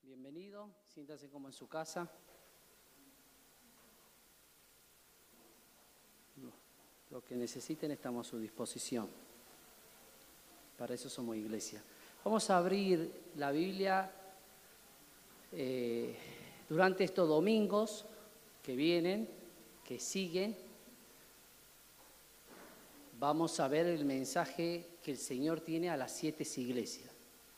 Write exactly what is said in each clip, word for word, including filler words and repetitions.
Bienvenido, siéntase como en su casa. Lo que necesiten estamos a su disposición. Para eso somos iglesia. Vamos a abrir la Biblia eh, durante estos domingos que vienen, que siguen. Vamos a ver el mensaje que el Señor tiene a las siete iglesias.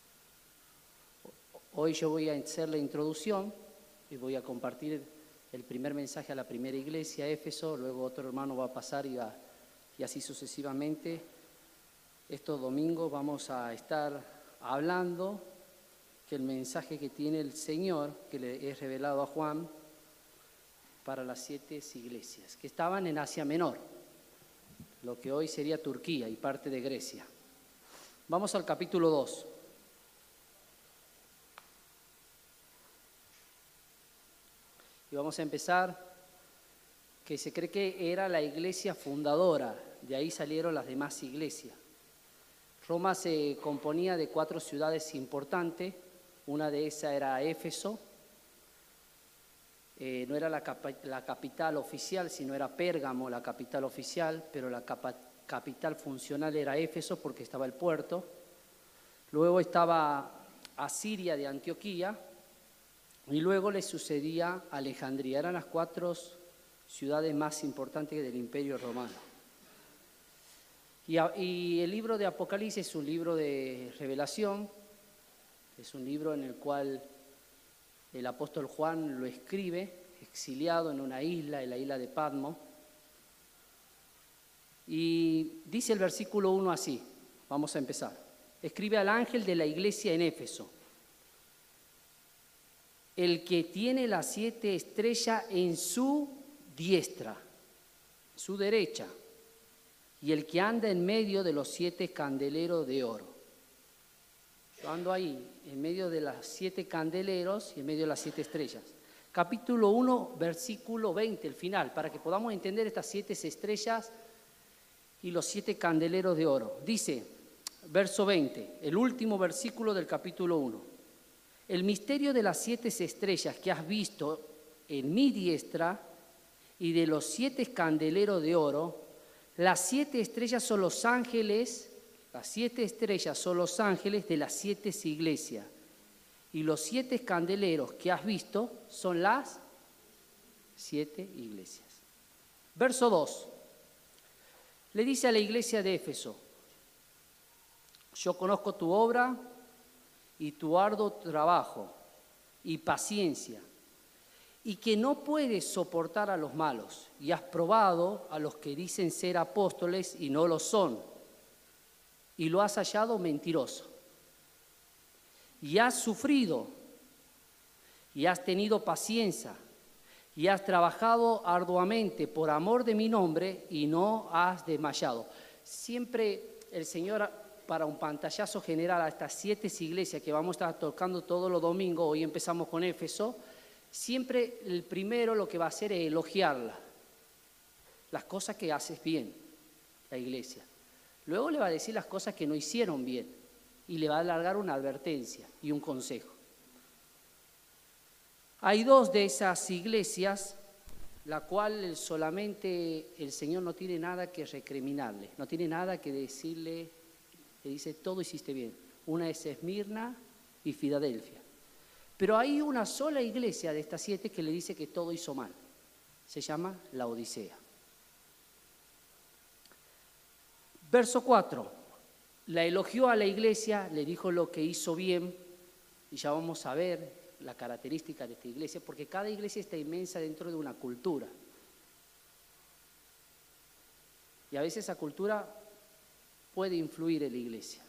Hoy yo voy a hacer la introducción y voy a compartir el primer mensaje a la primera iglesia, Éfeso, luego otro hermano va a pasar y, va, y así sucesivamente. Estos domingos vamos a estar hablando que el mensaje que tiene el Señor, que le es revelado a Juan, para las siete iglesias, que estaban en Asia Menor, lo que hoy sería Turquía y parte de Grecia. Vamos al capítulo dos. Y vamos a empezar, que se cree que era la iglesia fundadora, de ahí salieron las demás iglesias. Roma se componía de cuatro ciudades importantes, una de esas era Éfeso, eh, no era la, cap la capital oficial, sino era Pérgamo la capital oficial, pero la cap capital funcional era Éfeso porque estaba el puerto. Luego estaba Asiria de Antioquía, y luego le sucedía Alejandría. Eran las cuatro ciudades más importantes del Imperio Romano. Y, a, y el libro de Apocalipsis es un libro de revelación, es un libro en el cual el apóstol Juan lo escribe, exiliado en una isla, en la isla de Patmos. Y dice el versículo uno así, vamos a empezar. Escribe al ángel de la iglesia en Éfeso: el que tiene las siete estrellas en su diestra, su derecha, y el que anda en medio de los siete candeleros de oro. Yo ando ahí, en medio de los siete candeleros y en medio de las siete estrellas. Capítulo uno, versículo veinte, el final, para que podamos entender estas siete estrellas y los siete candeleros de oro. Dice, verso veinte, el último versículo del capítulo uno. El misterio de las siete estrellas que has visto en mi diestra y de los siete candeleros de oro, las siete estrellas son los ángeles, las siete estrellas son los ángeles de las siete iglesias, y los siete candeleros que has visto son las siete iglesias. Verso dos, le dice a la iglesia de Éfeso: yo conozco tu obra y tu arduo trabajo y paciencia, y que no puedes soportar a los malos, y has probado a los que dicen ser apóstoles y no lo son, y lo has hallado mentiroso. Y has sufrido, y has tenido paciencia, y has trabajado arduamente por amor de mi nombre, y no has desmayado. Siempre el Señor, para un pantallazo general a estas siete iglesias que vamos a estar tocando todos los domingos, hoy empezamos con Éfeso, siempre el primero lo que va a hacer es elogiarla, las cosas que haces bien, la iglesia. Luego le va a decir las cosas que no hicieron bien y le va a alargar una advertencia y un consejo. Hay dos de esas iglesias, la cual solamente el Señor no tiene nada que recriminarle, no tiene nada que decirle. Le dice, todo hiciste bien. Una es Esmirna y Filadelfia. Pero hay una sola iglesia de estas siete que le dice que todo hizo mal. Se llama la Odisea. Verso cuatro. La elogió a la iglesia, le dijo lo que hizo bien. Y ya vamos a ver la característica de esta iglesia, porque cada iglesia está inmensa dentro de una cultura. Y a veces esa cultura puede influir en la iglesia.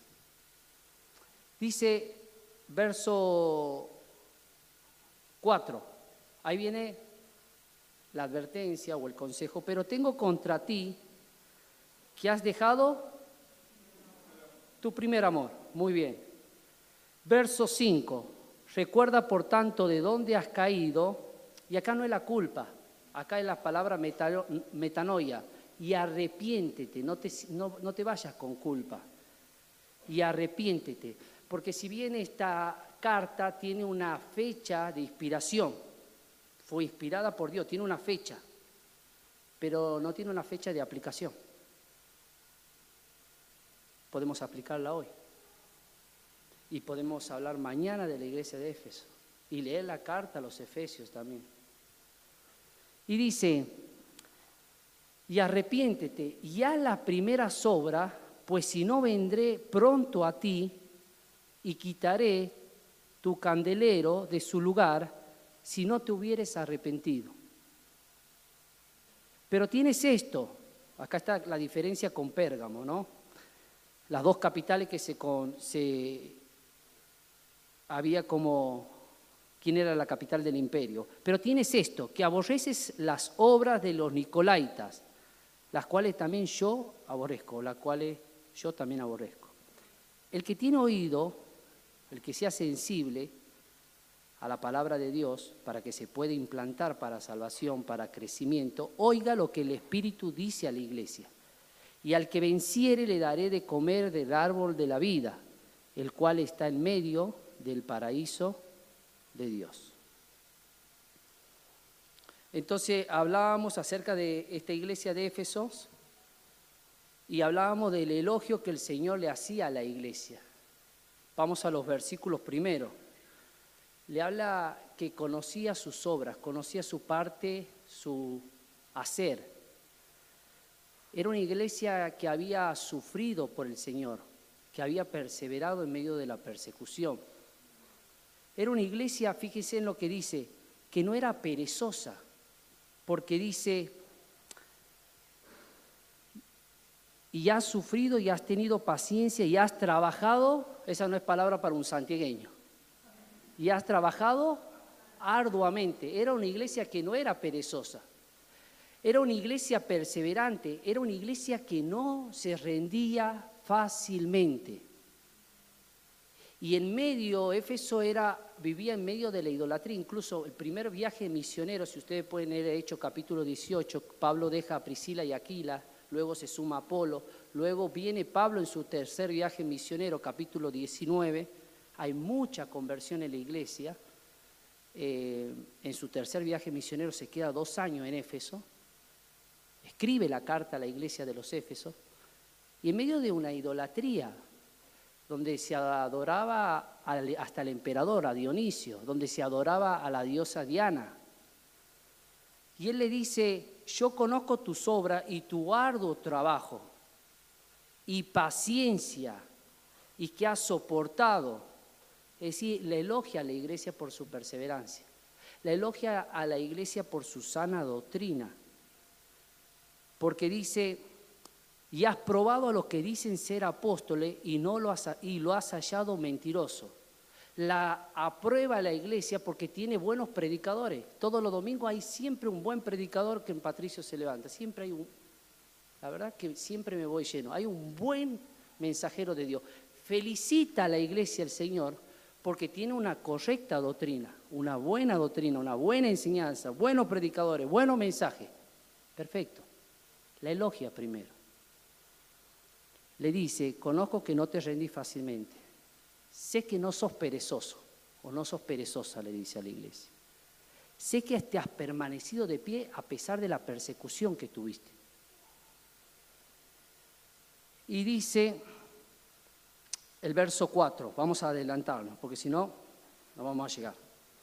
Dice verso cuatro, ahí viene la advertencia o el consejo: pero tengo contra ti que has dejado tu primer amor. Muy bien. Verso cinco, recuerda por tanto de dónde has caído, y acá no es la culpa, acá es la palabra metanoia. Y arrepiéntete, no te, no, no te vayas con culpa. Y arrepiéntete, porque si bien esta, carta tiene una fecha de inspiración. Fue inspirada por Dios, tiene una fecha, pero no tiene una fecha de aplicación. Podemos aplicarla hoy. Y podemos hablar mañana de la iglesia de Éfeso y leer la carta a los Efesios también. Y dice, y arrepiéntete y haz las primeras obras, pues si no vendré pronto a ti y quitaré tu candelero de su lugar si no te hubieres arrepentido. Pero tienes esto, acá está la diferencia con Pérgamo, ¿no? Las dos capitales que se, con, se había como, ¿quién era la capital del imperio? Pero tienes esto, que aborreces las obras de los Nicolaitas, las cuales también yo aborrezco, las cuales yo también aborrezco. El que tiene oído, el que sea sensible a la palabra de Dios, para que se pueda implantar para salvación, para crecimiento, oiga lo que el Espíritu dice a la iglesia. Y al que venciere le daré de comer del árbol de la vida, el cual está en medio del paraíso de Dios. Entonces hablábamos acerca de esta iglesia de Éfeso y hablábamos del elogio que el Señor le hacía a la iglesia. Vamos a los versículos primeros. Le habla que conocía sus obras, conocía su parte, su hacer. Era una iglesia que había sufrido por el Señor, que había perseverado en medio de la persecución. Era una iglesia, fíjese en lo que dice, que no era perezosa, porque dice, y has sufrido y has tenido paciencia y has trabajado, esa no es palabra para un santiagueño, y has trabajado arduamente. Era una iglesia que no era perezosa. Era una iglesia perseverante, era una iglesia que no se rendía fácilmente. Y en medio, Éfeso era, vivía en medio de la idolatría. Incluso el primer viaje misionero, si ustedes pueden leer Hechos capítulo dieciocho, Pablo deja a Priscila y Aquila, luego se suma Apolo, luego viene Pablo en su tercer viaje misionero, capítulo diecinueve. Hay mucha conversión en la iglesia. Eh, en su tercer viaje misionero se queda dos años en Éfeso. Escribe la carta a la iglesia de los Éfesos y en medio de una idolatría donde se adoraba hasta el emperador, a Dionisio, donde se adoraba a la diosa Diana. Y él le dice, yo conozco tus obras y tu arduo trabajo y paciencia y que has soportado. Es decir, le elogia a la iglesia por su perseverancia, le elogia a la iglesia por su sana doctrina. Porque dice, y has probado a los que dicen ser apóstoles y, no lo has, y lo has hallado mentiroso. La aprueba la iglesia porque tiene buenos predicadores. Todos los domingos hay siempre un buen predicador que en Patricio se levanta. Siempre hay un, la verdad que siempre me voy lleno. Hay un buen mensajero de Dios. Felicita a la iglesia el Señor porque tiene una correcta doctrina, una buena doctrina, una buena enseñanza, buenos predicadores, buenos mensajes. Perfecto. La elogia primero. Le dice, conozco que no te rendís fácilmente. Sé que no sos perezoso o no sos perezosa, le dice a la iglesia. Sé que te has permanecido de pie a pesar de la persecución que tuviste. Y dice el verso cuatro, vamos a adelantarnos porque si no, no vamos a llegar.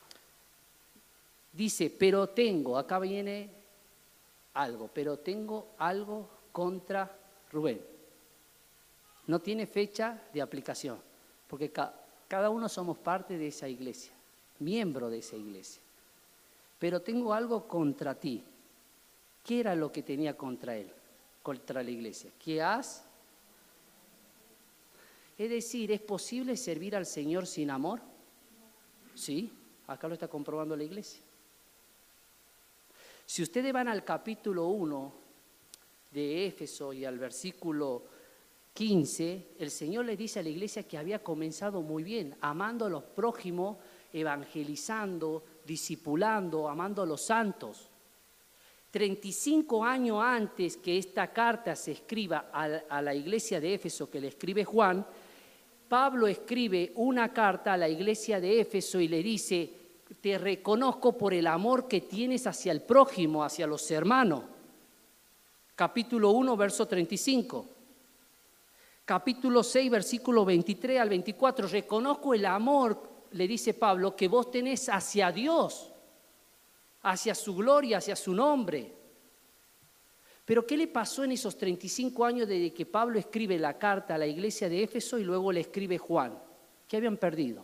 Dice, pero tengo, acá viene algo, pero tengo algo contra Rubén. No tiene fecha de aplicación, porque ca- cada uno somos parte de esa iglesia, miembro de esa iglesia. Pero tengo algo contra ti. ¿Qué era lo que tenía contra él, contra la iglesia? ¿Qué has? Es decir, ¿es posible servir al Señor sin amor? Sí, acá lo está comprobando la iglesia. Si ustedes van al capítulo uno de Éfeso y al versículo quince, el Señor le dice a la iglesia que había comenzado muy bien, amando a los prójimos, evangelizando, discipulando, amando a los santos. treinta y cinco años antes que esta carta se escriba a, a la iglesia de Éfeso, que le escribe Juan, Pablo escribe una carta a la iglesia de Éfeso y le dice, te reconozco por el amor que tienes hacia el prójimo, hacia los hermanos. Capítulo uno, verso treinta y cinco. Capítulo seis, versículo veintitrés al veinticuatro. Reconozco el amor, le dice Pablo, que vos tenés hacia Dios, hacia su gloria, hacia su nombre. Pero ¿qué le pasó en esos treinta y cinco años desde que Pablo escribe la carta a la iglesia de Éfeso y luego le escribe Juan? ¿Qué habían perdido?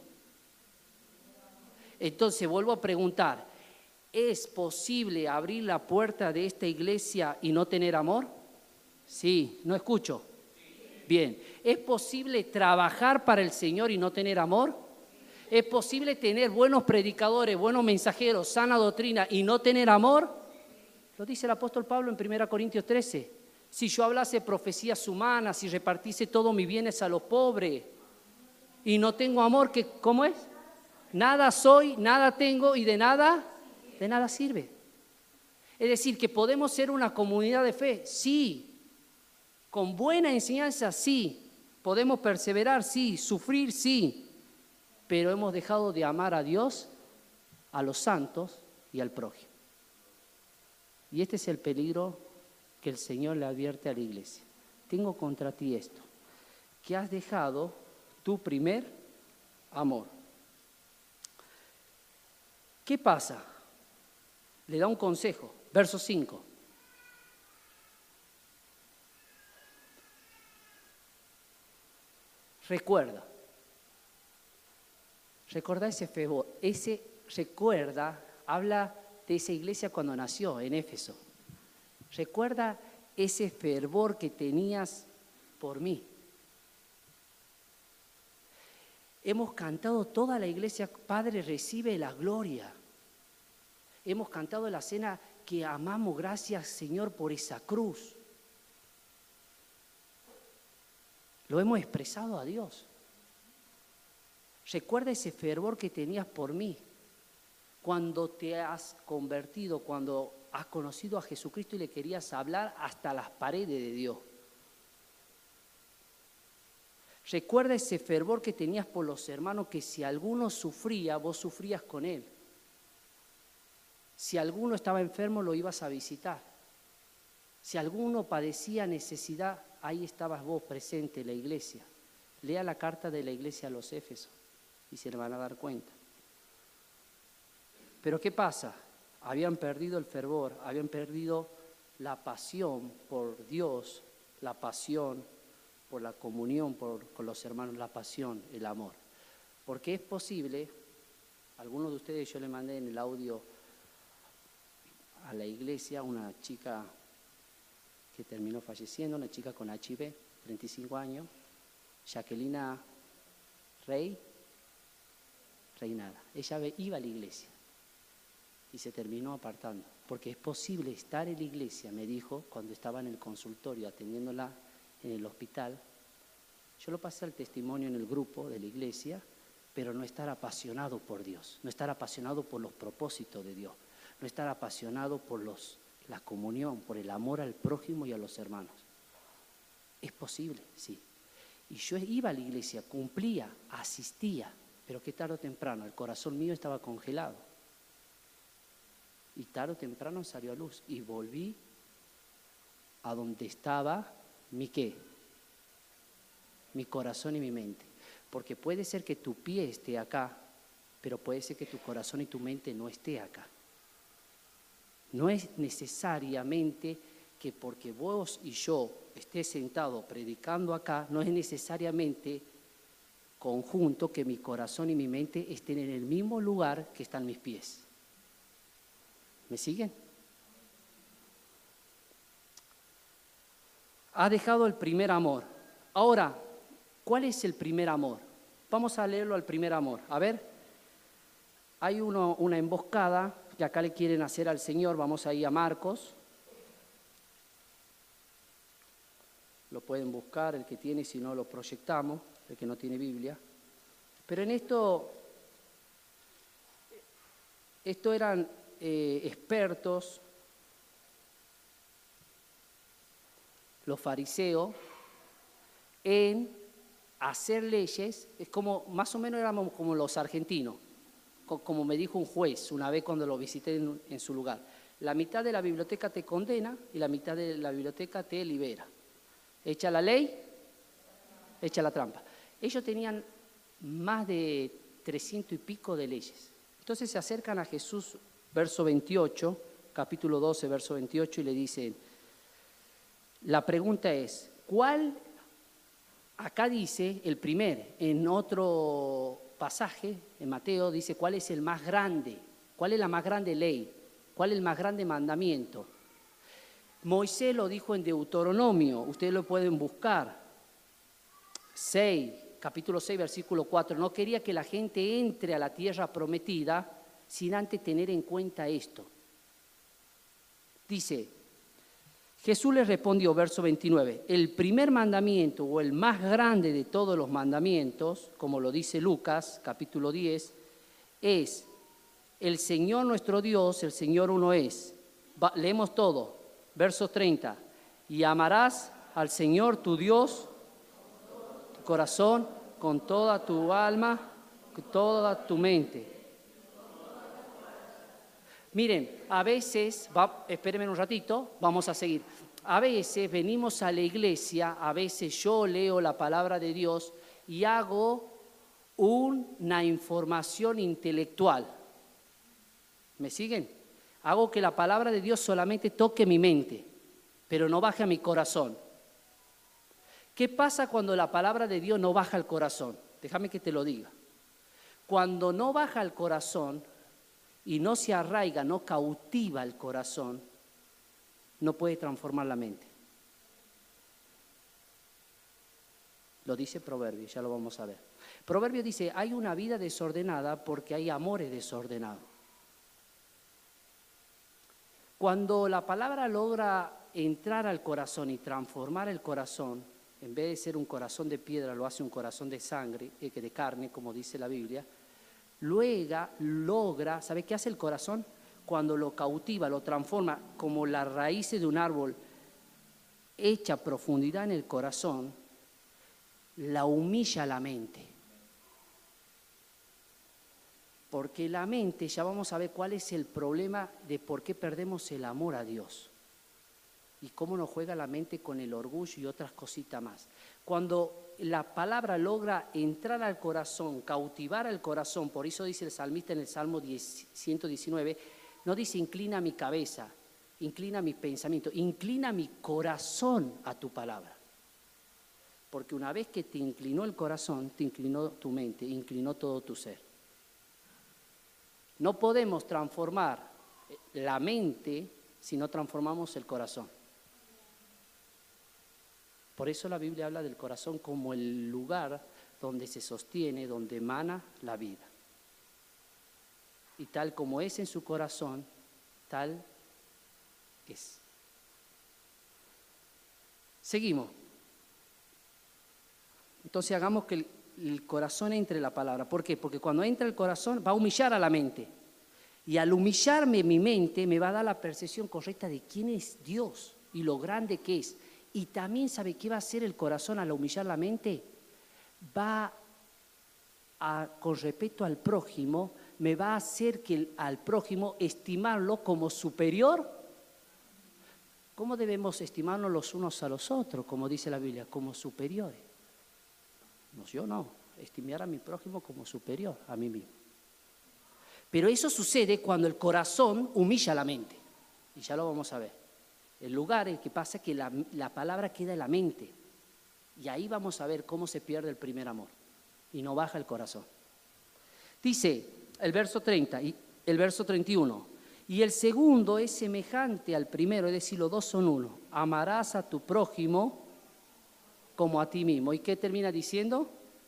Entonces vuelvo a preguntar, ¿es posible abrir la puerta de esta iglesia y no tener amor? Sí, no escucho. Bien, ¿es posible trabajar para el Señor y no tener amor? ¿Es posible tener buenos predicadores, buenos mensajeros, sana doctrina y no tener amor? Lo dice el apóstol Pablo en primera Corintios trece. Si yo hablase profecías humanas, si repartiese todos mis bienes a los pobres y no tengo amor, ¿qué, ¿cómo es? Nada soy, nada tengo y de nada, de nada sirve. Es decir, que podemos ser una comunidad de fe, sí. Con buena enseñanza, sí. Podemos perseverar, sí. Sufrir, sí. Pero hemos dejado de amar a Dios, a los santos y al prójimo. Y este es el peligro que el Señor le advierte a la iglesia. Tengo contra ti esto, que has dejado tu primer amor. ¿Qué pasa? Le da un consejo, verso cinco. Recuerda. Recuerda ese fervor. Ese recuerda, habla de esa iglesia cuando nació en Éfeso. Recuerda ese fervor que tenías por mí. Hemos cantado toda la iglesia, Padre, recibe la gloria. Hemos cantado la cena que amamos, gracias Señor por esa cruz. Lo hemos expresado a Dios. Recuerda ese fervor que tenías por mí. Cuando te has convertido, cuando has conocido a Jesucristo y le querías hablar hasta las paredes de Dios. Recuerda ese fervor que tenías por los hermanos, que si alguno sufría, vos sufrías con él. Si alguno estaba enfermo, lo ibas a visitar. Si alguno padecía necesidad, ahí estabas vos presente en la iglesia. Lea la carta de la iglesia a los Éfesos y se le van a dar cuenta. Pero ¿qué pasa? Habían perdido el fervor, habían perdido la pasión por Dios, la pasión por la comunión por, con los hermanos, la pasión, el amor. Porque es posible, algunos de ustedes yo le mandé en el audio a la iglesia una chica que terminó falleciendo, una chica con H I V, treinta y cinco años, Jacquelina Rey, Reinada. Ella iba a la iglesia y se terminó apartando, porque es posible estar en la iglesia, me dijo, cuando estaba en el consultorio atendiéndola en el hospital. Yo lo pasé al testimonio en el grupo de la iglesia, pero no estar apasionado por Dios, no estar apasionado por los propósitos de Dios, no estar apasionado por los, la comunión, por el amor al prójimo y a los hermanos. Es posible, sí. Y yo iba a la iglesia, cumplía, asistía, pero que tarde o temprano el corazón mío estaba congelado. Y tarde o temprano salió a luz y volví a donde estaba mi qué, mi corazón y mi mente. Porque puede ser que tu pie esté acá, pero puede ser que tu corazón y tu mente no esté acá. No es necesariamente que porque vos y yo esté sentado predicando acá, no es necesariamente conjunto que mi corazón y mi mente estén en el mismo lugar que están mis pies. ¿Me siguen? Ha dejado el primer amor. Ahora, ¿cuál es el primer amor? Vamos a leerlo al primer amor. A ver, hay uno, una emboscada que acá le quieren hacer al Señor. Vamos ahí a Marcos. Lo pueden buscar, el que tiene, si no lo proyectamos, el que no tiene Biblia. Pero en esto, esto eran eh, expertos, los fariseos, en hacer leyes, es como, más o menos éramos como los argentinos, como me dijo un juez una vez cuando lo visité en, en su lugar. La mitad de la biblioteca te condena y la mitad de la biblioteca te libera. Echa la ley, echa la trampa. Ellos tenían más de trescientos y pico de leyes. Entonces se acercan a Jesús, verso veintiocho, capítulo doce, verso veintiocho, y le dicen, la pregunta es, ¿cuál? Acá dice el primer, en otro pasaje, en Mateo, dice cuál es el más grande, cuál es la más grande ley, cuál es el más grande mandamiento. Moisés lo dijo en Deuteronomio, ustedes lo pueden buscar, seis, capítulo seis, versículo cuatro, no quería que la gente entre a la tierra prometida sin antes tener en cuenta esto. Dice, Jesús les respondió, verso veintinueve, el primer mandamiento o el más grande de todos los mandamientos, como lo dice Lucas, capítulo diez, es el Señor nuestro Dios, el Señor uno es. Va, leemos todo, verso treinta, y amarás al Señor tu Dios, tu corazón, con toda tu alma, con toda tu mente. Miren, a veces, va, espérenme un ratito, vamos a seguir. A veces venimos a la iglesia, a veces yo leo la palabra de Dios y hago una información intelectual. ¿Me siguen? Hago que la palabra de Dios solamente toque mi mente, pero no baje a mi corazón. ¿Qué pasa cuando la palabra de Dios no baja al corazón? Déjame que te lo diga. Cuando no baja al corazón y no se arraiga, no cautiva el corazón, no puede transformar la mente. Lo dice Proverbio, ya lo vamos a ver. Proverbio dice, hay una vida desordenada porque hay amores desordenados. Cuando la palabra logra entrar al corazón y transformar el corazón, en vez de ser un corazón de piedra, lo hace un corazón de sangre, eh, de carne, como dice la Biblia, luego logra, ¿sabe qué hace el corazón? Cuando lo cautiva, lo transforma como las raíces de un árbol, echa profundidad en el corazón, la humilla la mente. Porque la mente, ya vamos a ver cuál es el problema de por qué perdemos el amor a Dios. Y cómo nos juega la mente con el orgullo y otras cositas más. Cuando la palabra logra entrar al corazón, cautivar al corazón, por eso dice el salmista en el Salmo ciento diecinueve, no dice inclina mi cabeza, inclina mi pensamiento, inclina mi corazón a tu palabra. Porque una vez que te inclinó el corazón, te inclinó tu mente, inclinó todo tu ser. No podemos transformar la mente si no transformamos el corazón. Por eso la Biblia habla del corazón como el lugar donde se sostiene, donde emana la vida. Y tal como es en su corazón, tal es. Seguimos. Entonces hagamos que el, el corazón entre la palabra. ¿Por qué? Porque cuando entra el corazón va a humillar a la mente. Y al humillarme mi mente me va a dar la percepción correcta de quién es Dios y lo grande que es. Y también, ¿sabe qué va a hacer el corazón al humillar la mente? Va a, con respecto al prójimo, me va a hacer que el, al prójimo estimarlo como superior. ¿Cómo debemos estimarnos los unos a los otros? Como dice la Biblia, como superiores. No, yo no, estimar a mi prójimo como superior a mí mismo. Pero eso sucede cuando el corazón humilla la mente. Y ya lo vamos a ver. El lugar en que pasa es que la, la palabra queda en la mente. Y ahí vamos a ver cómo se pierde el primer amor. Y no baja el corazón. Dice el verso treinta y el verso treinta y uno. Y el segundo es semejante al primero, es decir, los dos son uno. Amarás a tu prójimo como a ti mismo. ¿Y qué termina diciendo?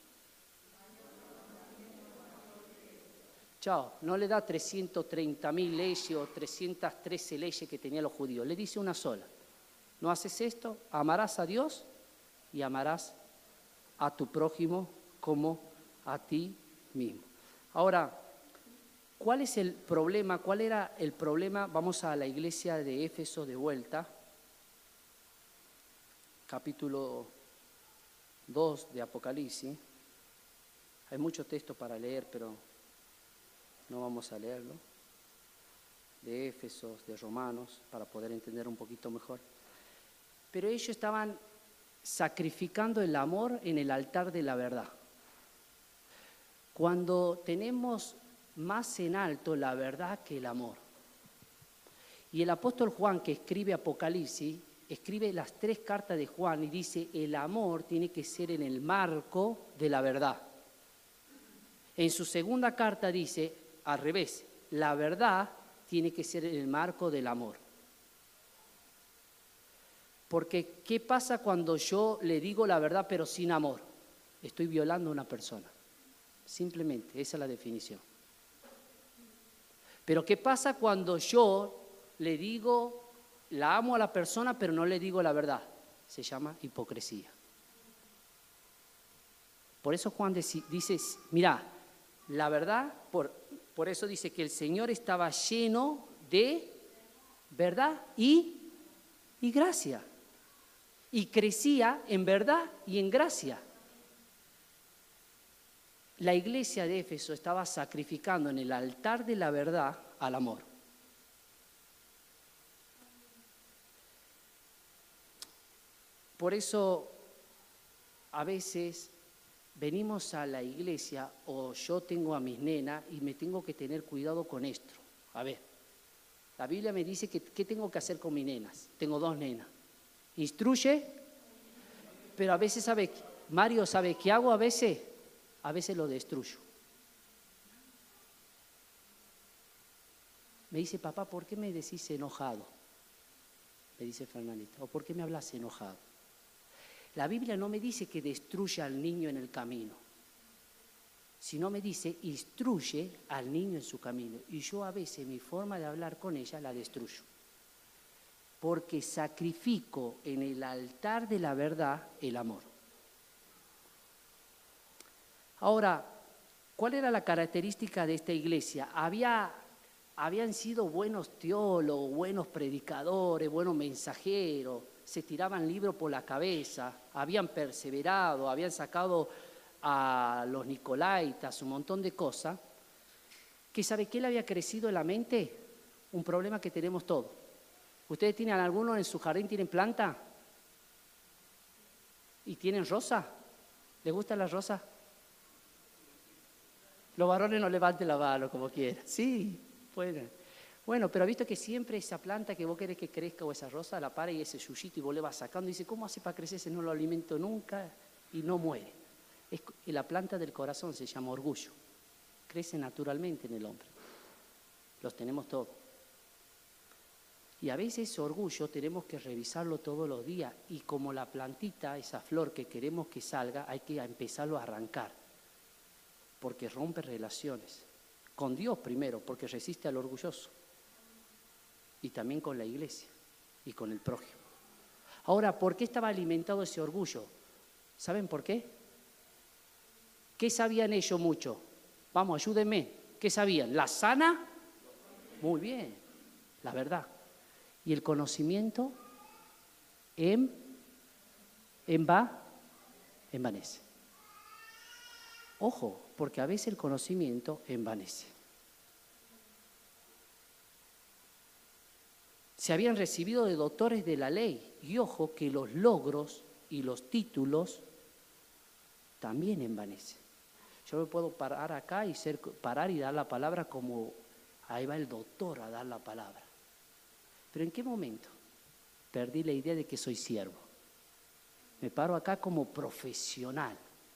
Chao, no le da trescientas treinta mil leyes o trescientas trece leyes que tenían los judíos. Le dice una sola. No haces esto, amarás a Dios y amarás a tu prójimo como a ti mismo. Ahora, ¿cuál es el problema? ¿Cuál era el problema? Vamos a la iglesia de Éfeso de vuelta. Capítulo dos de Apocalipsis. Hay mucho texto para leer, pero no vamos a leerlo. De Éfesos, de Romanos, para poder entender un poquito mejor. Pero ellos estaban sacrificando el amor en el altar de la verdad. Cuando tenemos más en alto la verdad que el amor. Y el apóstol Juan, que escribe Apocalipsis, escribe las tres cartas de Juan y dice, el amor tiene que ser en el marco de la verdad. En su segunda carta dice, al revés, la verdad tiene que ser en el marco del amor. Porque, ¿qué pasa cuando yo le digo la verdad pero sin amor? Estoy violando a una persona. Simplemente, esa es la definición. Pero, ¿qué pasa cuando yo le digo, la amo a la persona pero no le digo la verdad? Se llama hipocresía. Por eso Juan dice, mira, la verdad, por, por eso dice que el Señor estaba lleno de verdad y, y gracia. Y crecía en verdad y en gracia. La iglesia de Éfeso estaba sacrificando en el altar de la verdad al amor. Por eso, a veces venimos a la iglesia o yo tengo a mis nenas y me tengo que tener cuidado con esto. A ver, la Biblia me dice que ¿qué tengo que hacer con mis nenas? Tengo dos nenas. Instruye, pero a veces sabe, Mario sabe qué hago a veces, a veces lo destruyo. Me dice, papá, ¿por qué me decís enojado? Me dice Fernandita, ¿o por qué me hablas enojado? La Biblia no me dice que destruya al niño en el camino, sino me dice, instruye al niño en su camino. Y yo a veces mi forma de hablar con ella la destruyo. Porque sacrifico en el altar de la verdad el amor. Ahora, ¿cuál era la característica de esta iglesia? Había, habían sido buenos teólogos, buenos predicadores, buenos mensajeros, se tiraban libros por la cabeza, habían perseverado, habían sacado a los nicolaitas, un montón de cosas, que ¿sabe qué le había crecido en la mente? Un problema que tenemos todos. ¿Ustedes tienen alguno en su jardín, tienen planta? ¿Y tienen rosa? ¿Les gusta la rosa? Los varones no levanten la mano como quieran. Sí, pueden. Bueno, pero ha visto que siempre esa planta que vos querés que crezca o esa rosa la para y ese yuyito y vos le vas sacando y dice, ¿cómo hace para crecer si no lo alimento nunca y no muere? Es, y la planta del corazón se llama orgullo. Crece naturalmente en el hombre. Los tenemos todos. Y a veces ese orgullo tenemos que revisarlo todos los días y como la plantita, esa flor que queremos que salga, hay que empezarlo a arrancar porque rompe relaciones. Con Dios primero, porque resiste al orgulloso y también con la iglesia y con el prójimo. Ahora, ¿por qué estaba alimentado ese orgullo? ¿Saben por qué? ¿Qué sabían ellos mucho? Vamos, ayúdenme. ¿Qué sabían? ¿La sana? Muy bien, la verdad. Y el conocimiento en, en va, envanece. Ojo, porque a veces el conocimiento envanece. Se habían recibido de doctores de la ley. Y ojo que los logros y los títulos también envanecen. Yo me puedo parar acá y ser, parar y dar la palabra como ahí va el doctor a dar la palabra. Pero ¿en qué momento perdí la idea de que soy siervo? Me paro acá como profesional.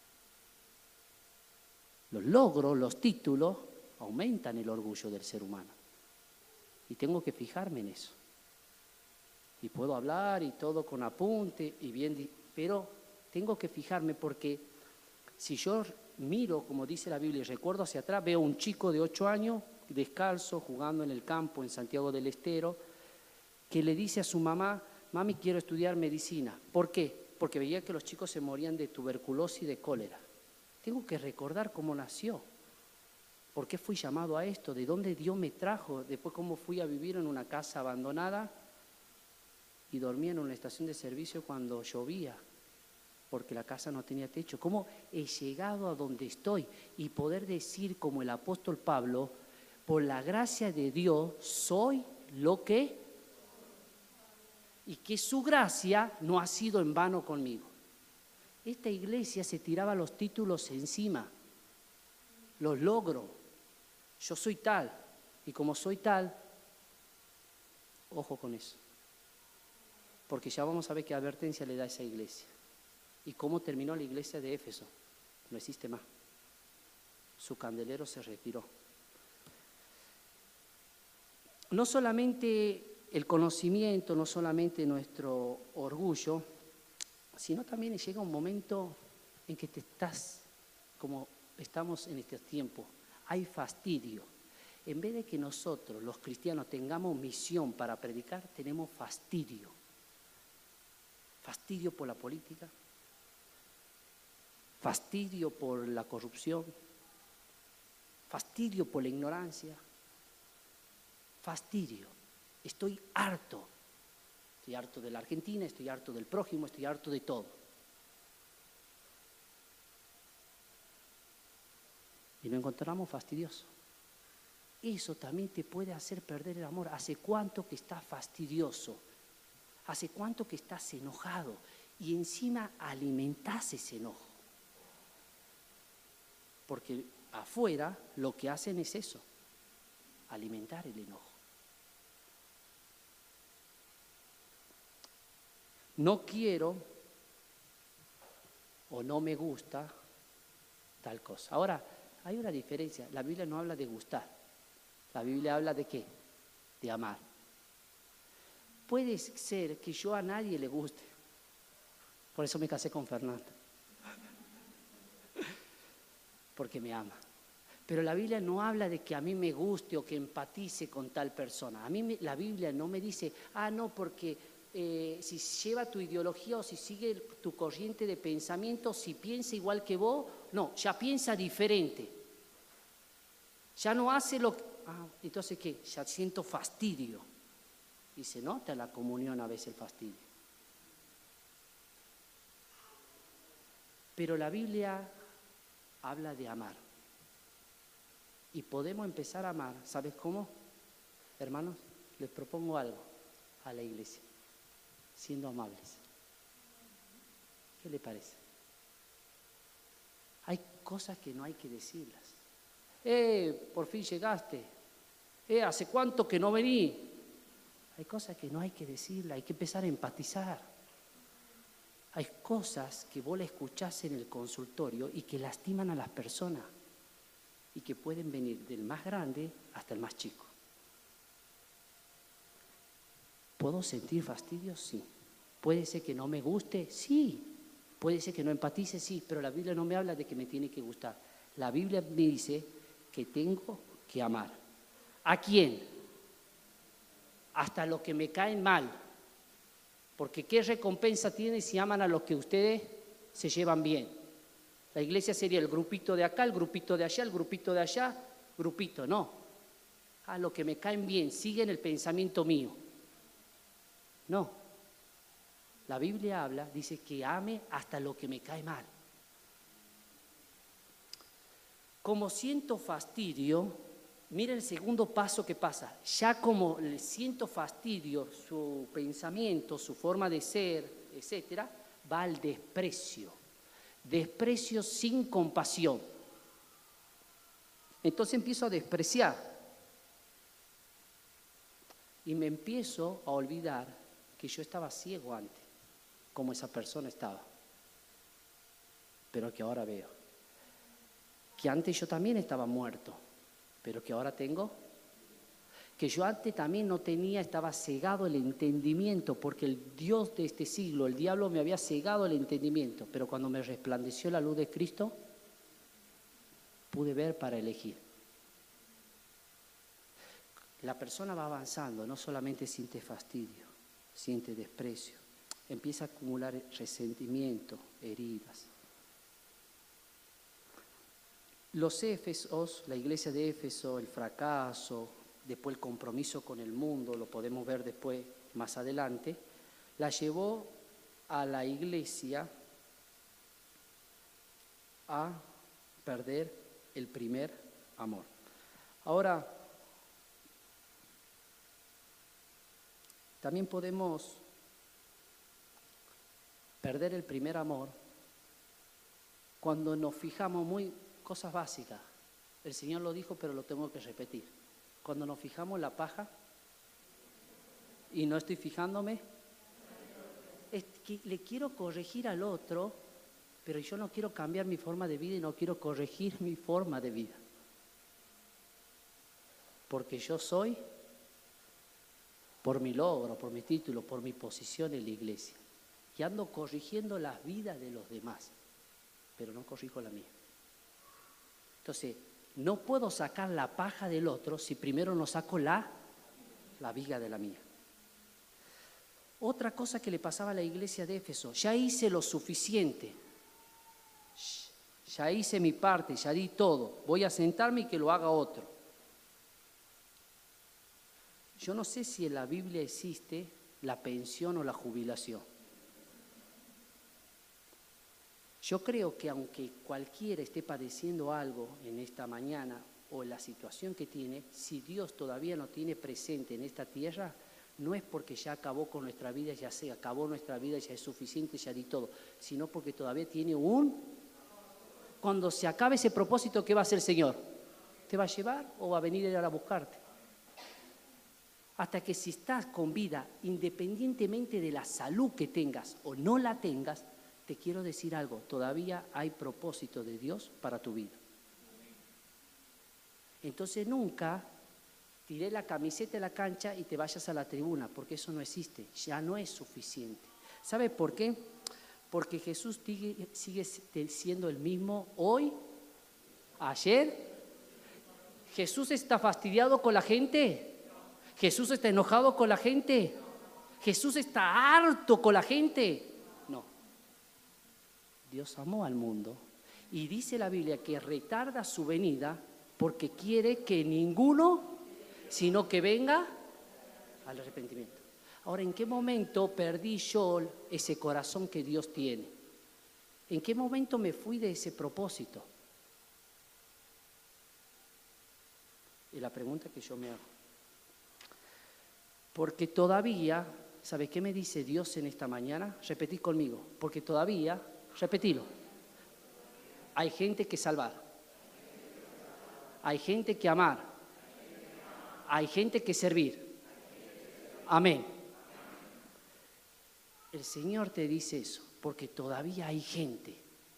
Los logros, los títulos aumentan el orgullo del ser humano. Y tengo que fijarme en eso. Y puedo hablar y todo con apunte y bien, pero tengo que fijarme porque si yo miro, como dice la Biblia, y recuerdo hacia atrás, veo un chico de ocho años descalzo jugando en el campo en Santiago del Estero que le dice a su mamá, mami, quiero estudiar medicina. ¿Por qué? Porque veía que los chicos se morían de tuberculosis y de cólera. Tengo que recordar cómo nació, por qué fui llamado a esto, de dónde Dios me trajo, después cómo fui a vivir en una casa abandonada y dormía en una estación de servicio cuando llovía. porque la casa no tenía techo. ¿Cómo he llegado a donde estoy? Y poder decir como el apóstol Pablo, por la gracia de Dios soy lo que, y que su gracia no ha sido en vano conmigo. Esta iglesia se tiraba los títulos encima, los logros. Yo soy tal, y como soy tal, ojo con eso. Porque ya vamos a ver qué advertencia le da a esa iglesia. ¿Y cómo terminó la iglesia de Éfeso? No existe más. Su candelero se retiró. No solamente el conocimiento, no solamente nuestro orgullo, sino también llega un momento en que te estás, como estamos en este tiempo, hay fastidio. En vez de que nosotros, los cristianos, tengamos misión para predicar, tenemos fastidio. Fastidio por la política, fastidio por la corrupción, fastidio por la ignorancia, fastidio. Estoy harto. Estoy harto de la Argentina, estoy harto del prójimo, estoy harto de todo. Y lo encontramos fastidioso. Eso también te puede hacer perder el amor. ¿Hace cuánto que estás fastidioso? ¿Hace cuánto que estás enojado? Y encima alimentás ese enojo. Porque afuera lo que hacen es eso, alimentar el enojo. No quiero o no me gusta tal cosa. Ahora, hay una diferencia. La Biblia no habla de gustar. La Biblia habla de ¿qué? De amar. Puede ser que yo a nadie le guste. Por eso me casé con Fernanda. Porque me ama. Pero la Biblia no habla de que a mí me guste o que empatice con tal persona. A mí me, la Biblia no me dice, ah, no, porque eh, si lleva tu ideología o si sigue tu corriente de pensamiento, si piensa igual que vos, no, ya piensa diferente. Ya no hace lo que... Ah, entonces, ¿qué? Ya siento fastidio. Y se nota en la comunión a veces el fastidio. Pero la Biblia habla de amar. Y podemos empezar a amar. ¿Sabes cómo? Hermanos, les propongo algo a la iglesia. Siendo amables. ¿Qué le parece? Hay cosas que no hay que decirlas. Eh, por fin llegaste. Eh, ¿hace cuánto que no vení? Hay cosas que no hay que decirlas, hay que empezar a empatizar. Hay cosas que vos la escuchás en el consultorio y que lastiman a las personas y que pueden venir del más grande hasta el más chico. ¿Puedo sentir fastidio? Sí. ¿Puede ser que no me guste? Sí. ¿Puede ser que no empatice? Sí. Pero la Biblia no me habla de que me tiene que gustar. La Biblia me dice que tengo que amar. ¿A quién? Hasta los que me caen mal. Porque ¿qué recompensa tiene si aman a los que ustedes se llevan bien? La iglesia sería el grupito de acá, el grupito de allá, el grupito de allá, grupito, no. A los que me caen bien, siguen el pensamiento mío. No. La Biblia habla, dice que ame hasta lo que me cae mal. Como siento fastidio, mira el segundo paso que pasa. Ya como le siento fastidio, su pensamiento, su forma de ser, etcétera, va al desprecio. Desprecio sin compasión. Entonces empiezo a despreciar. Y me empiezo a olvidar que yo estaba ciego antes, como esa persona estaba. Pero que ahora veo. Que antes yo también estaba muerto. Pero que ahora tengo, que yo antes también no tenía, estaba cegado el entendimiento, porque el Dios de este siglo, el diablo me había cegado el entendimiento, pero cuando me resplandeció la luz de Cristo, pude ver para elegir. La persona va avanzando, no solamente siente fastidio, siente desprecio, empieza a acumular resentimiento, heridas. Los Éfesos, la iglesia de Éfeso, el fracaso, después el compromiso con el mundo, lo podemos ver después, más adelante, la llevó a la iglesia a perder el primer amor. Ahora, también podemos perder el primer amor cuando nos fijamos muy cosas básicas. El Señor lo dijo, pero lo tengo que repetir. Cuando nos fijamos en la paja y no estoy fijándome, es que le quiero corregir al otro, pero yo no quiero cambiar mi forma de vida y no quiero corregir mi forma de vida. Porque yo soy, por mi logro, por mi título, por mi posición en la iglesia, y ando corrigiendo las vidas de los demás, pero no corrijo la mía. Entonces, no puedo sacar la paja del otro si primero no saco la, la viga de la mía. Otra cosa que le pasaba a la iglesia de Éfeso: ya hice lo suficiente, ya hice mi parte, ya di todo, voy a sentarme y que lo haga otro. Yo no sé si en la Biblia existe la pensión o la jubilación. Yo creo que aunque cualquiera esté padeciendo algo en esta mañana o en la situación que tiene, si Dios todavía no tiene presente en esta tierra, no es porque ya acabó con nuestra vida, ya se acabó nuestra vida, ya es suficiente, ya di todo, sino porque todavía tiene un... Cuando se acabe ese propósito, ¿qué va a hacer el Señor? ¿Te va a llevar o va a venir a buscarte? Hasta que si estás con vida, independientemente de la salud que tengas o no la tengas, te quiero decir algo, todavía hay propósito de Dios para tu vida. Entonces nunca tiré la camiseta de la cancha y te vayas a la tribuna, porque eso no existe, ya no es suficiente. ¿Sabe por qué? Porque Jesús sigue, sigue siendo el mismo hoy, ayer. ¿Jesús está fastidiado con la gente? ¿Jesús está enojado con la gente? ¿Jesús está harto con la gente? No. Dios amó al mundo y dice la Biblia que retarda su venida porque quiere que ninguno, sino que venga al arrepentimiento. Ahora, ¿en qué momento perdí yo ese corazón que Dios tiene? ¿En qué momento me fui de ese propósito? Y la pregunta que yo me hago. Porque todavía, ¿sabe qué me dice Dios en esta mañana? Repetí conmigo. Porque todavía, repetilo, hay gente que salvar, hay gente que amar, hay gente que servir. Amén. El Señor te dice eso, porque todavía hay gente.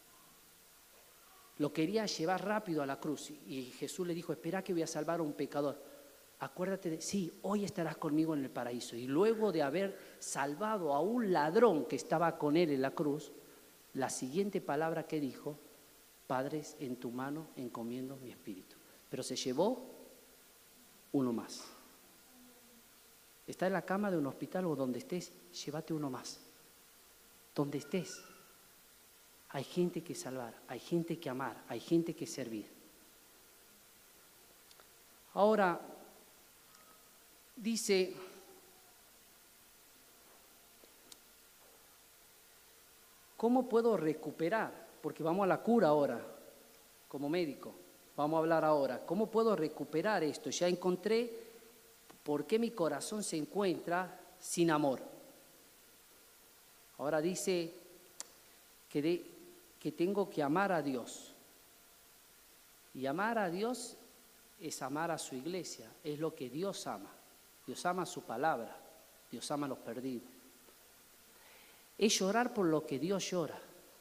Lo quería llevar rápido a la cruz y Jesús le dijo: espera que voy a salvar a un pecador. Acuérdate de, sí, hoy estarás conmigo en el paraíso. Y luego de haber salvado a un ladrón que estaba con él en la cruz, la siguiente palabra que dijo: Padre, en tu mano encomiendo mi espíritu. Pero se llevó uno más. Está en la cama de un hospital o donde estés, llévate uno más. Donde estés, hay gente que salvar, hay gente que amar, hay gente que servir. Ahora, dice, ¿cómo puedo recuperar? Porque vamos a la cura ahora, como médico. Vamos a hablar ahora. ¿Cómo puedo recuperar esto? Ya encontré por qué mi corazón se encuentra sin amor. Ahora dice que, de, que tengo que amar a Dios. Y amar a Dios es amar a su iglesia. Es lo que Dios ama. Dios ama su palabra. Dios ama a los perdidos. Es llorar por lo que Dios llora.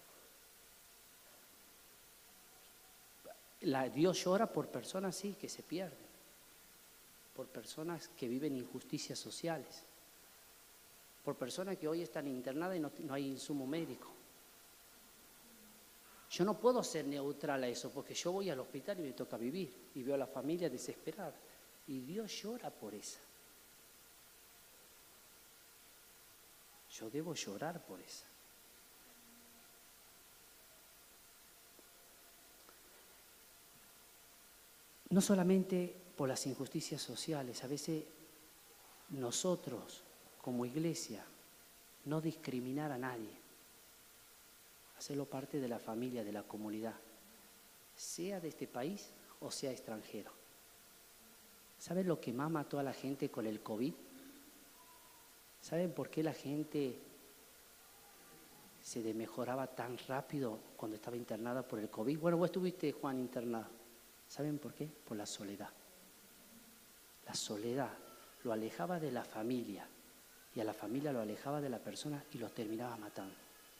La, Dios llora por personas, sí, que se pierden, por personas que viven injusticias sociales, por personas que hoy están internadas y no, no hay insumo médico. Yo no puedo ser neutral a eso, porque yo voy al hospital y me toca vivir, y veo a la familia desesperada, y Dios llora por esa. Yo debo llorar por esa. No solamente por las injusticias sociales, a veces nosotros como iglesia no discriminar a nadie, hacerlo parte de la familia, de la comunidad. sea de este país o sea extranjero. ¿Saben lo que más mató a la gente con el COVID? ¿Saben por qué la gente se desmejoraba tan rápido cuando estaba internada por el COVID? Bueno, vos estuviste, Juan, internado. ¿Saben por qué? Por la soledad. La soledad lo alejaba de la familia y a la familia lo alejaba de la persona y los terminaba matando.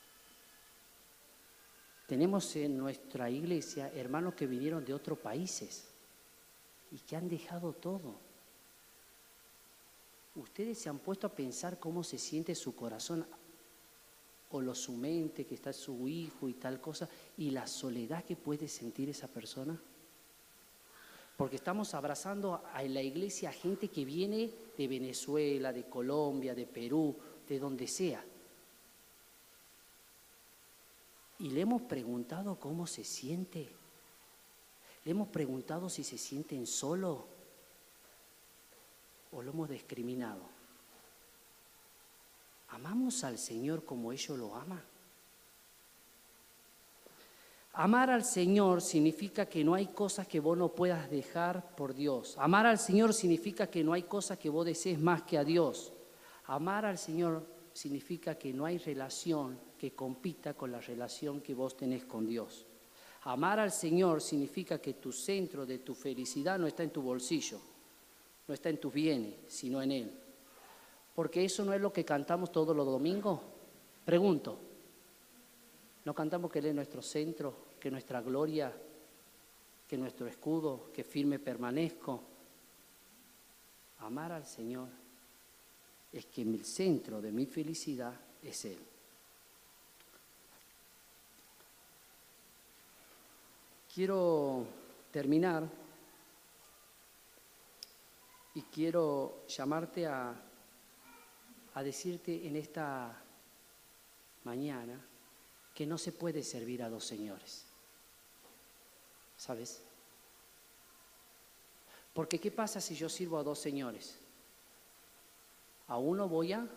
Tenemos en nuestra iglesia hermanos que vinieron de otros países y que han dejado todo. ¿Ustedes se han puesto a pensar cómo se siente su corazón o lo su mente, que está su hijo y tal cosa, y la soledad que puede sentir esa persona? Porque estamos abrazando a la iglesia a gente que viene de Venezuela, de Colombia, de Perú, de donde sea. Y le hemos preguntado cómo se siente. Le hemos preguntado si se sienten solos o lo hemos discriminado. ¿Amamos al Señor como ellos lo aman? Amar al Señor significa que no hay cosas que vos no puedas dejar por Dios. Amar al Señor significa que no hay cosas que vos desees más que a Dios. Amar al Señor significa que no hay relación que compita con la relación que vos tenés con Dios. Amar al Señor significa que tu centro de tu felicidad no está en tu bolsillo, no está en tus bienes, sino en Él. Porque eso no es lo que cantamos todos los domingos. Pregunto, ¿no cantamos que Él es nuestro centro, que nuestra gloria, que nuestro escudo, que firme permanezco? Amar al Señor es que el centro de mi felicidad es Él. Quiero terminar y quiero llamarte a, a decirte en esta mañana que no se puede servir a dos señores. ¿Sabes? Porque ¿qué pasa si yo sirvo a dos señores? A uno voy a...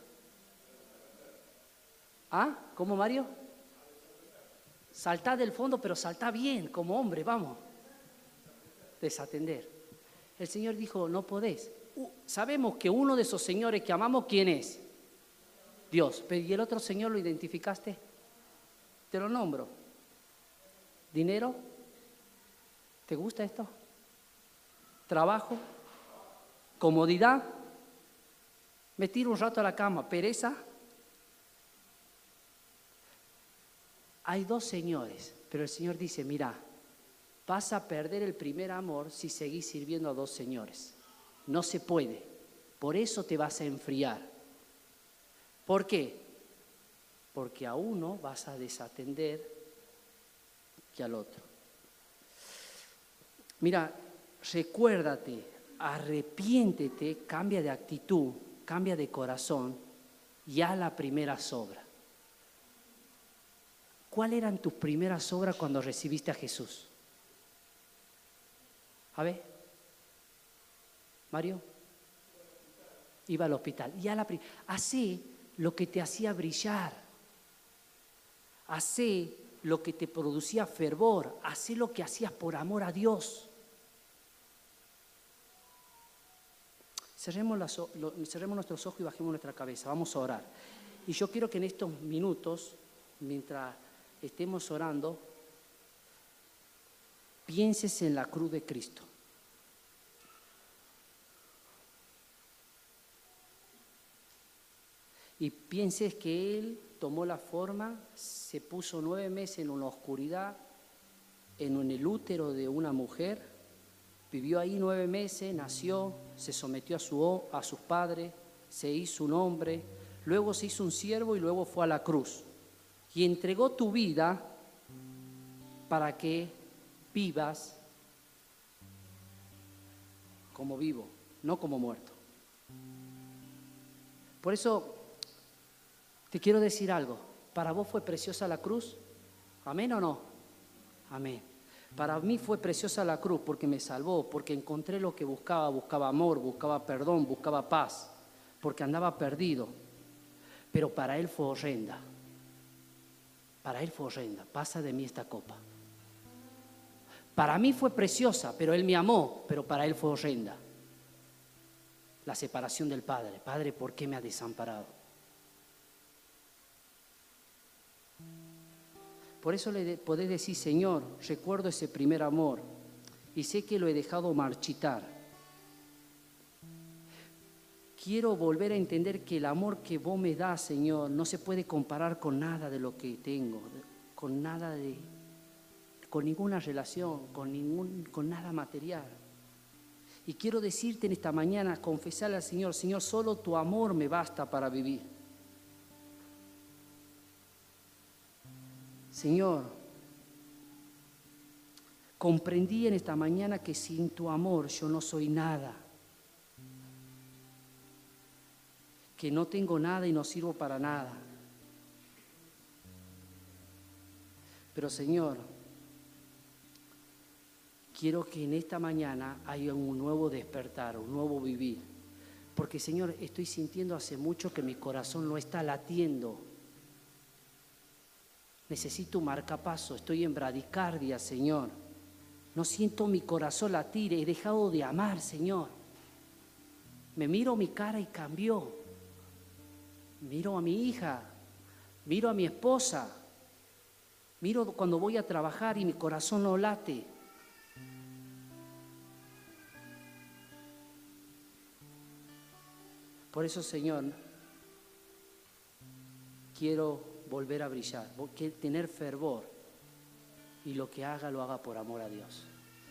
¿Ah? ¿Cómo, Mario? Saltá del fondo, pero saltá bien, como hombre, vamos. Desatender. El Señor dijo, no podés. Uh, sabemos que uno de esos señores que amamos, ¿quién es? Dios. ¿Y el otro señor lo identificaste? Te lo nombro. ¿Dinero? ¿Te gusta esto? ¿Trabajo? ¿Comodidad? ¿Me tiro un rato a la cama? ¿Pereza? Hay dos señores, pero el Señor dice, mira, vas a perder el primer amor si seguís sirviendo a dos señores. No se puede. Por eso te vas a enfriar. ¿Por qué? Porque a uno vas a desatender que al otro. Mira, recuérdate, arrepiéntete, cambia de actitud, cambia de corazón y haz la primera obra. ¿Cuáles eran tus primeras obras cuando recibiste a Jesús? A ver, Mario, iba al hospital. Y a la prim- hacé lo que te hacía brillar. Hacé lo que te producía fervor. Hacé lo que hacías por amor a Dios. Cerremos, las, lo, cerremos nuestros ojos y bajemos nuestra cabeza. Vamos a orar. Y yo quiero que en estos minutos, mientras estemos orando, pienses en la cruz de Cristo. Y pienses que Él tomó la forma, se puso nueve meses en una oscuridad, en el útero de una mujer, vivió ahí nueve meses, nació, se sometió a, su, a sus padres, se hizo un hombre, luego se hizo un siervo y luego fue a la cruz. Y entregó tu vida para que vivas como vivo, no como muerto. Por eso te quiero decir algo. ¿Para vos fue preciosa la cruz? ¿Amén o no? Amén. Para mí fue preciosa la cruz porque me salvó, porque encontré lo que buscaba, buscaba amor, buscaba perdón, buscaba paz, porque andaba perdido. Pero para Él fue horrenda. Para Él fue horrenda. Pasa de mí esta copa. Para mí fue preciosa, pero Él me amó, pero para Él fue horrenda. La separación del Padre. Padre, ¿por qué me has desamparado? Por eso le podés decir, Señor, recuerdo ese primer amor y sé que lo he dejado marchitar. Quiero volver a entender que el amor que vos me das, Señor, no se puede comparar con nada de lo que tengo, con nada de, con ninguna relación, con ningún, con nada material. Y quiero decirte en esta mañana, confesarle al Señor, Señor, solo tu amor me basta para vivir. Señor, comprendí en esta mañana que sin tu amor yo no soy nada, que no tengo nada y no sirvo para nada. Pero Señor, quiero que en esta mañana haya un nuevo despertar, un nuevo vivir. Porque Señor, estoy sintiendo hace mucho que mi corazón no está latiendo. Necesito un marcapaso, estoy en bradicardia, Señor. No siento mi corazón latir, he dejado de amar, Señor. Me miro mi cara y cambió. Miro a mi hija, miro a mi esposa, miro cuando voy a trabajar y mi corazón no late. Por eso, Señor, quiero volver a brillar, quiero tener fervor y lo que haga, lo haga por amor a Dios.